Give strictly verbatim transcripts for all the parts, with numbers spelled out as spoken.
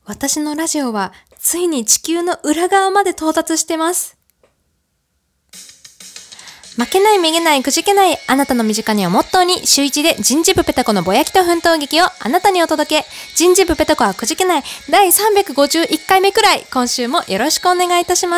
私のラジオはついに地球の裏側まで到達してます。負けないめげないくじけないあなたの身近にをモットーに週一で人事部ペタコのぼやきと奮闘劇をあなたにお届け。人事部ペタコはくじけないだいさんびゃくごじゅういっかいめくらい、今週もよろしくお願いいたします。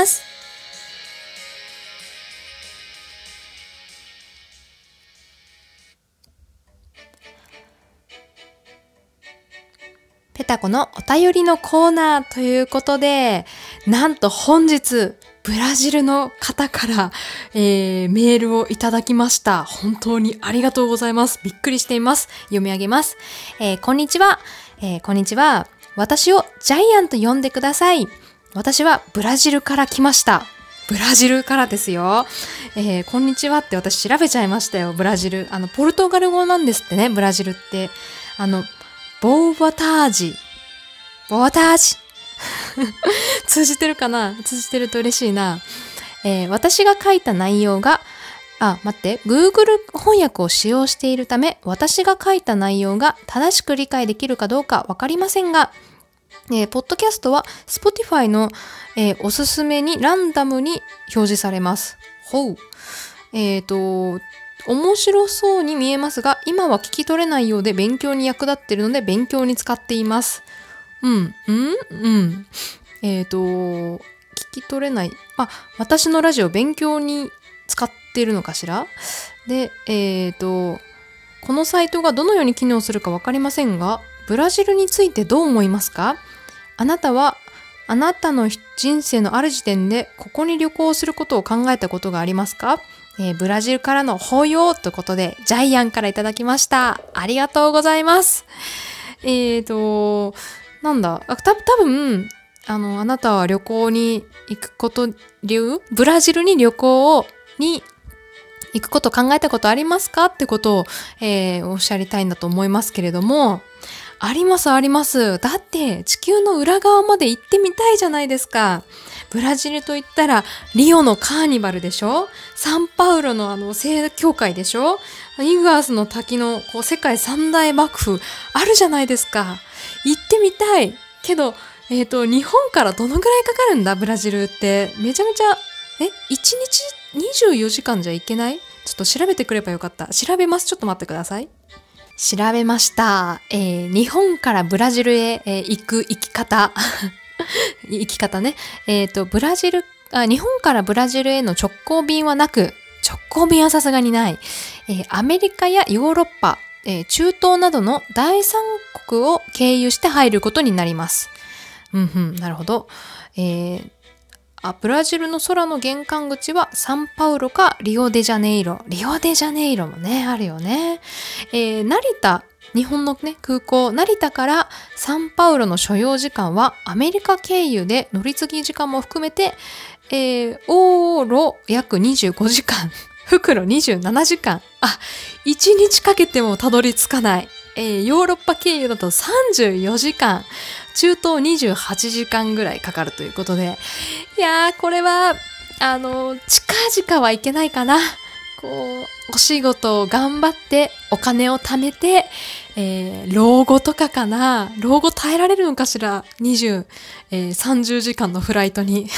ペタコのお便りのコーナーということで、なんと本日ブラジルの方から、えー、メールをいただきました。本当にありがとうございます。びっくりしています。読み上げます。えー、こんにちは、えー、こんにちは。私をジャイアンと呼んでください。私はブラジルから来ました。ブラジルからですよ。えー、こんにちはって私調べちゃいましたよ。ブラジル。あの、ポルトガル語なんですってね、ブラジルって。あの、ボーバタージ。ボーバタージ。通じてるかな？通じてると嬉しいな。えー、私が書いた内容が、あ、待って、Google 翻訳を使用しているため、私が書いた内容が正しく理解できるかどうかわかりませんが、えー、ポッドキャストは Spotify の、えー、おすすめにランダムに表示されます。ほう。えっと、面白そうに見えますが、今は聞き取れないようで勉強に役立っているので勉強に使っています。うん、うん、うん。えっと、聞き取れない。あ、私のラジオ勉強に使っているのかしら？で、えっと、このサイトがどのように機能するかわかりませんが、ブラジルについてどう思いますか？あなたは、あなたの人生のある時点でここに旅行することを考えたことがありますか？えー、ブラジルからの抱擁ということで、ジャイアンからいただきました。ありがとうございます。えーと、なんだ、た、多分、あの、あなたは旅行に行くこと、ブラジルに旅行を、に行くこと考えたことありますかってことを、えー、おっしゃりたいんだと思いますけれども、ありますあります。だって地球の裏側まで行ってみたいじゃないですか。ブラジルと言ったらリオのカーニバルでしょ？サンパウロのあの聖教会でしょ？イグアスの滝のこう世界三大幕府あるじゃないですか。行ってみたい。けど、えっと、日本からどのぐらいかかるんだブラジルって。めちゃめちゃ、え、いちにちにじゅうよじかんじゃいけない？ちょっと調べてくればよかった。調べます。ちょっと待ってください。調べました。えー、日本からブラジルへ、えー、行く行き方。行き方ね。えっと、ブラジル、あ、日本からブラジルへの直行便はなく、直行便はさすがにない。えー、アメリカやヨーロッパ、えー、中東などの第三国を経由して入ることになります。うんうん、なるほど。えーあ、ブラジルの空の玄関口はサンパウロかリオデジャネイロ。リオデジャネイロもね、あるよね。えー、成田、日本のね、空港、成田からサンパウロの所要時間はアメリカ経由で乗り継ぎ時間も含めて、えー、往路約にじゅうごじかん、復路にじゅうななじかん。あ、いちにちかけてもたどり着かない。えー、ヨーロッパ経由だとさんじゅうよじかん。中東にじゅうはちじかんぐらいかかるということで、いやーこれはあの近々はいけないかな。こうお仕事を頑張ってお金を貯めて、えー、老後とかかな。老後耐えられるのかしら。にじゅう、えー、さんじゅうじかんのフライトに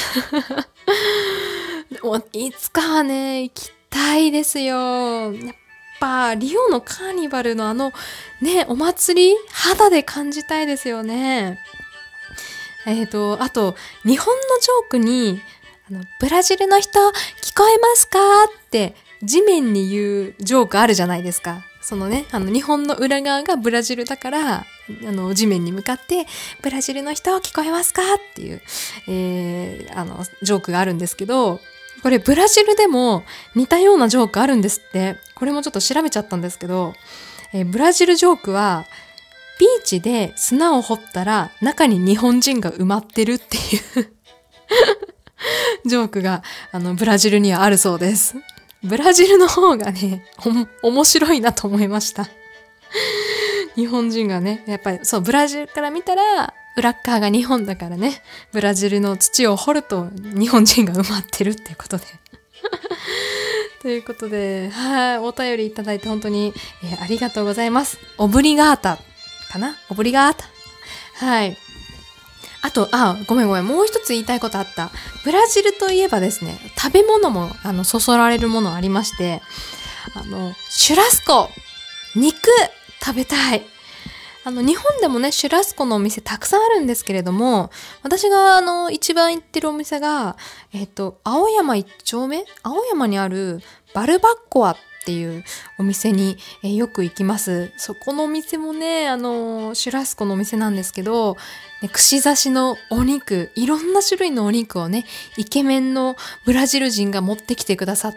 でもいつかはね行きたいですよ。やっぱリオのカーニバルのあのねお祭り肌で感じたいですよね。えっと、あと、日本のジョークに、あの、ブラジルの人、聞こえますかって地面に言うジョークあるじゃないですか。そのね、あの、日本の裏側がブラジルだから、あの、地面に向かって、ブラジルの人、聞こえますかっていう、えー、あの、ジョークがあるんですけど、これブラジルでも似たようなジョークあるんですって。これもちょっと調べちゃったんですけど、えー、ブラジルジョークは、ビーチで砂を掘ったら中に日本人が埋まってるっていうジョークがあのブラジルにはあるそうです。ブラジルの方がね、お面白いなと思いました。日本人がね、やっぱりそうブラジルから見たら裏っ側が日本だからね、ブラジルの土を掘ると日本人が埋まってるっていうことで。ということで、はい、お便りいただいて本当に、えー、ありがとうございます。オブリガータ。かなオブリガータ。はい。 あと、あ、ごめんごめん、もう一つ言いたいことあった。ブラジルといえばですね、食べ物も、あの、そそられるものありまして、あの、シュラスコ、肉、食べたい。あの、日本でもね、シュラスコのお店たくさんあるんですけれども、私が、あの、一番行ってるお店が、えっと、青山一丁目青山にある、バルバッコアっていうお店に、えーよく行きます。そこのお店もね、あの、シュラスコのお店なんですけど、ね、串刺しのお肉、いろんな種類のお肉をね、イケメンのブラジル人が持ってきてくださって、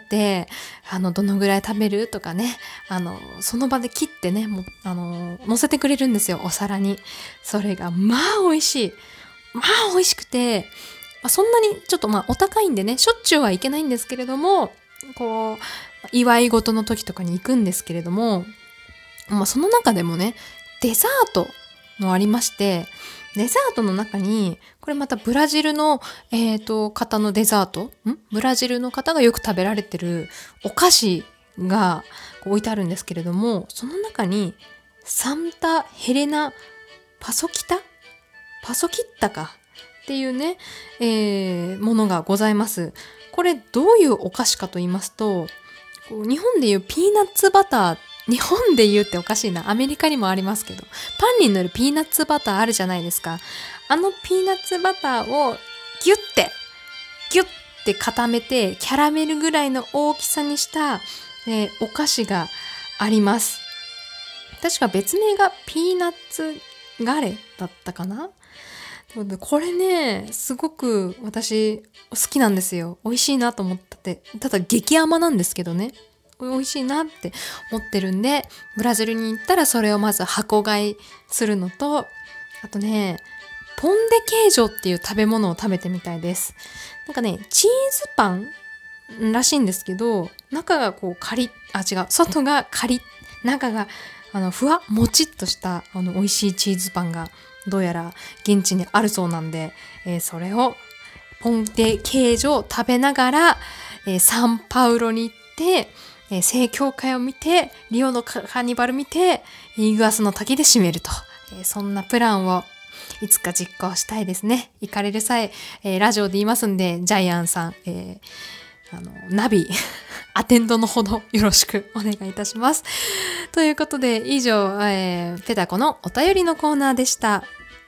あの、どのぐらい食べるとかね、あの、その場で切ってね、もあの、乗せてくれるんですよ、お皿に。それが、まあ美味しい。まあ美味しくて、まあ、そんなにちょっとまあお高いんでね、しょっちゅうはいけないんですけれども、こう、祝い事の時とかに行くんですけれども、まあその中でもね、デザートのありまして、デザートの中に、これまたブラジルの、えっと、方のデザートんブラジルの方がよく食べられてるお菓子がこう置いてあるんですけれども、その中に、サンタヘレナパソキタパソキッタかっていうね、えー、ものがございます。これどういうお菓子かと言いますと、こう日本でいうピーナッツバター、日本で言うっておかしいな。アメリカにもありますけど。パンに塗るピーナッツバターあるじゃないですか。あのピーナッツバターをギュッて、ギュッて固めて、キャラメルぐらいの大きさにした、えーお菓子があります。確か別名がピーナッツガレだったかな。これね、すごく私好きなんですよ。美味しいなと思ってて。ただ激甘なんですけどね。美味しいなって思ってるんで、ブラジルに行ったらそれをまず箱買いするのと、あとね、ポンデケージョっていう食べ物を食べてみたいです。なんかね、チーズパンらしいんですけど、中がこうカリッ、あ、違う、外がカリッ、中があのふわもちっとしたあの美味しいチーズパンがどうやら現地にあるそうなんで、えーそれをポンデケージョを食べながら、えーサンパウロに行って、えー正教会を見て、リオのカーニバル見て、イグアスの滝で締めると、えーそんなプランをいつか実行したいですね。行かれる際、えーラジオで言いますんで、ジャイアンさん、えーあの、ナビ、アテンドのほどよろしくお願いいたします。ということで、以上、えーペタコのお便りのコーナーでした。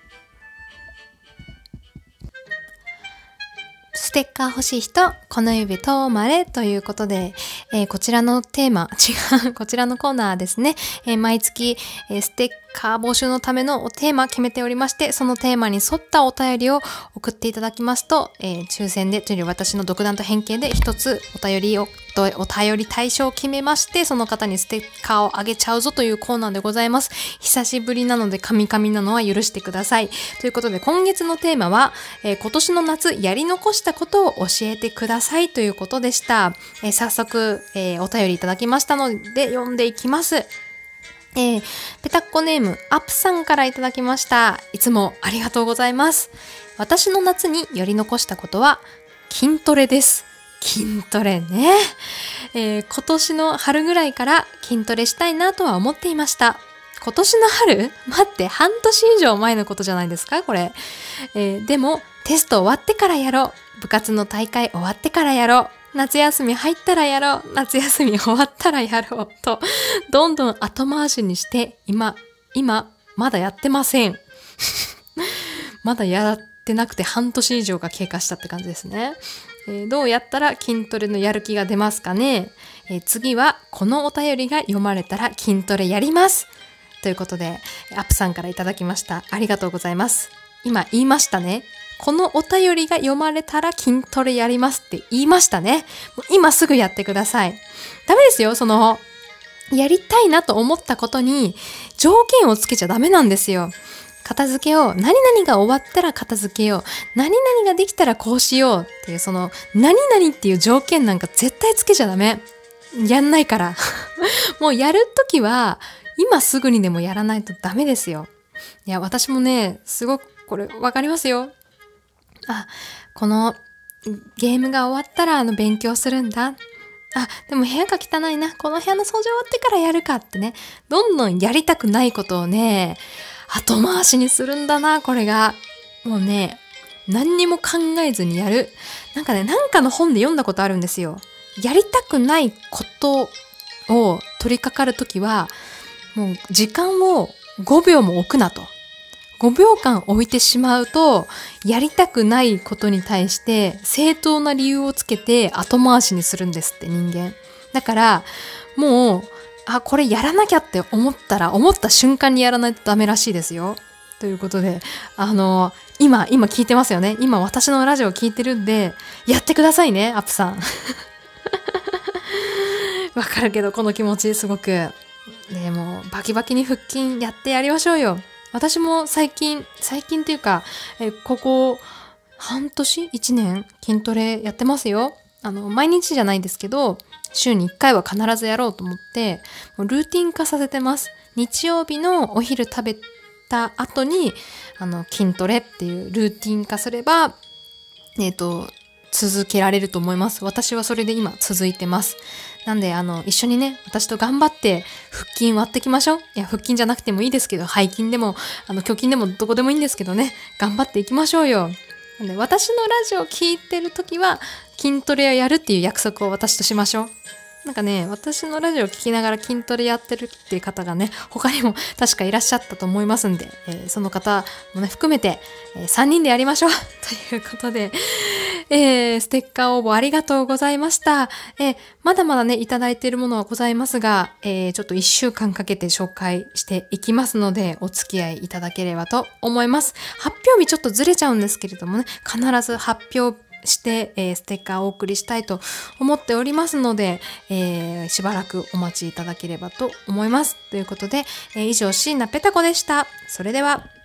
ステッカー欲しい人、この指とまれということで、えーこちらのテーマ、違う、こちらのコーナーですね。えー毎月、えーステッカー募集のためのテーマ決めておりまして、そのテーマに沿ったお便りを送っていただきますと、えー抽選で、というより私の独断と偏見で一つお便りを、とお便り対象を決めまして、その方にステッカーをあげちゃうぞというコーナーでございます。久しぶりなのでカミカミなのは許してください。ということで今月のテーマは、えー今年の夏やり残したことを教えてくださいということでした。えー早速、えーお便りいただきましたので読んでいきます。えーペタッコネームアップさんからいただきました。いつもありがとうございます。私の夏にやり残したことは筋トレです。筋トレね、えー今年の春ぐらいから筋トレしたいなとは思っていました。今年の春？待って、半年以上前のことじゃないですかこれ、えーでもテスト終わってからやろう。部活の大会終わってからやろう。夏休み入ったらやろう。夏休み終わったらやろう。と、どんどん後回しにして、今、今、まだやってません。まだやってなくて半年以上が経過したって感じですね。えーどうやったら筋トレのやる気が出ますかね。えー次はこのお便りが読まれたら筋トレやります。ということで、アップさんからいただきました。ありがとうございます。今言いましたね。このお便りが読まれたら筋トレやりますって言いましたね。もう今すぐやってください。ダメですよ、その、やりたいなと思ったことに条件をつけちゃダメなんですよ。片付けを、何々が終わったら片付けよう。何々ができたらこうしようっていう、その、何々っていう条件なんか絶対つけちゃダメ。やんないから。もうやるときは、今すぐにでもやらないとダメですよ。いや、私もね、すごくこれわかりますよ。あ、このゲームが終わったらあの勉強するんだ。あ、でも部屋が汚いな。この部屋の掃除終わってからやるかってね。どんどんやりたくないことをね、後回しにするんだな、これが。 もうね、何にも考えずにやる。なんかね、なんかの本で読んだことあるんですよ。やりたくないことを取り掛かるときは、もう時間をごびょうも置くなと。ごびょうかん置いてしまうと、やりたくないことに対して正当な理由をつけて後回しにするんですって人間。だから、もう、あ、これやらなきゃって思ったら、思った瞬間にやらないとダメらしいですよ。ということで、あの、今、今聞いてますよね。今私のラジオ聞いてるんで、やってくださいね、アップさん。わかるけど、この気持ちすごく。ね、もうバキバキに腹筋やってやりましょうよ。私も最近、最近っていうか、えここ半年 ?いち 年筋トレやってますよ。あの、毎日じゃないですけど、週にいっかいは必ずやろうと思って、もうルーティン化させてます。日曜日のお昼食べた後に、あの、筋トレっていうルーティン化すれば、えっと、続けられると思います。私はそれで今続いてます。なんで、あの、一緒にね、私と頑張って腹筋割っていきましょう。いや、腹筋じゃなくてもいいですけど、背筋でも、あの、胸筋でもどこでもいいんですけどね、頑張っていきましょうよ。なんで、私のラジオを聞いてるときは、筋トレをやるっていう約束を私としましょう。なんかね、私のラジオを聞きながら筋トレやってるっていう方がね、他にも確かいらっしゃったと思いますんで、えー、その方もね、含めて、えー、さんにんでやりましょうということで、えー、ステッカー応募ありがとうございました。えー、まだまだね、いただいているものはございますが、えー、ちょっといっしゅうかんかけて紹介していきますので、お付き合いいただければと思います。発表日ちょっとずれちゃうんですけれどもね、必ず発表して、えー、ステッカーをお送りしたいと思っておりますので、えー、しばらくお待ちいただければと思います。ということで、えー、以上、椎名ペタ子でした。それでは。